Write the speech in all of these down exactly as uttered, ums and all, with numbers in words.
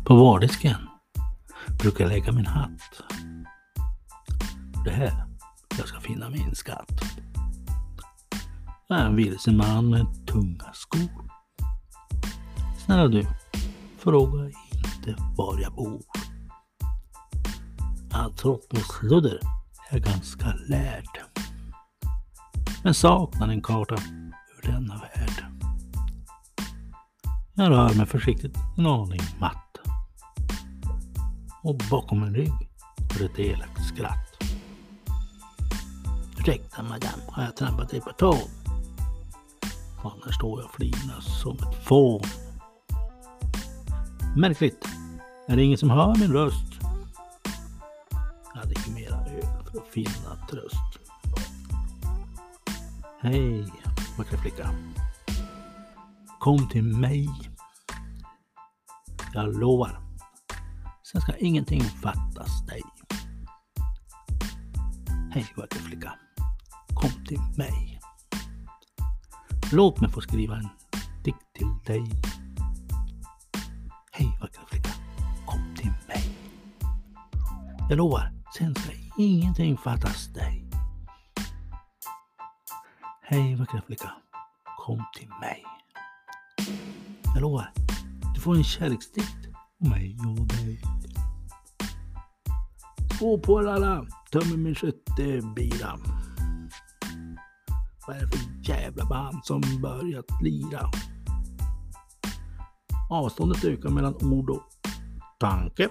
På vardisken brukar jag lägga min hatt. Det här jag ska finna min skatt. Jag är en vilsen man med tunga skor. Snälla du, fråga inte var jag bor. Att trott och sludder är ganska lärd, men saknar en karta ur denna värld. Jag rör mig försiktigt en aning matt, och bakom min rygg är ett elakt skratt. Ursäkta madame, har jag trampat dig på tå? Fan, här står jag och flinas som ett fån. Märkligt, är det ingen som hör min röst? Jag dricker mera öl för att finna tröst. Hej, vackra flicka. Kom till mig. Jag lovar. Sen ska ingenting fattas dig. Hej, vackra flicka. Kom till mig. Låt mig få skriva en dikt till dig. Hej, vackra flicka. Kom till mig. Jag lovar. Sen ska ingenting fattas dig. Hej, vackra flicka. Kom till mig. Jag lovar. Du får en kärleksdikt om mig och dig. Gå på alla. Tömmer min sjätte bira. Vad är det för jävla band som börjat lira? Avståndet ökar mellan ord och tanke.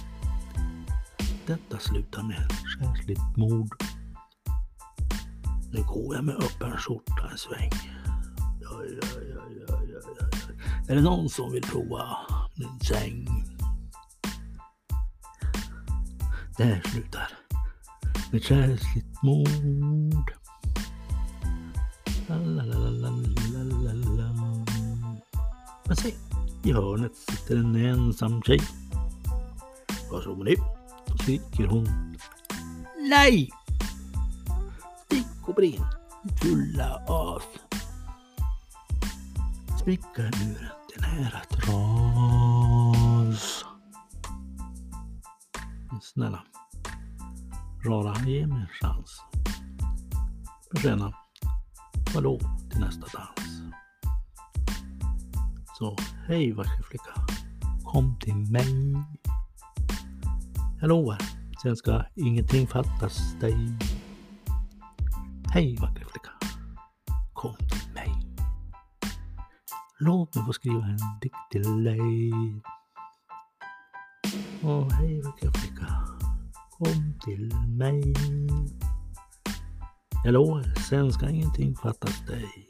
Detta slutar med själsligt mord. Nu går jag med öppen skjorta en sväng. Ja, ja, ja, ja, ja, ja. Är det någon som vill prova min säng? Det här slutar med själsligt mord. Lalalalalalala. Men se, i hörnet sitter en ensam tjej. Vad såg hon nu? Då skriker hon: nej! Stick och brinn, fulla as. Spricka ur den här att ras. Men snälla, rara, ge mig en chans. Förtjäna, vadå till nästa dans? Så hej, vackra flicka, kom till mig. Jag lovar, sen ska ingenting fattas dig. Hej, vackra flicka, kom till mig. Låt mig få skriva en dikt till dig. Åh, hej, vackra flicka, kom till mig. Jag lovar, sen ska ingenting fattas dig.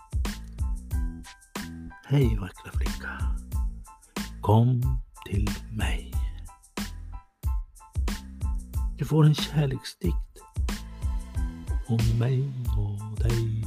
Hej, vackra flicka, kom till mig. Du får en kärleksdikt om mig och dig.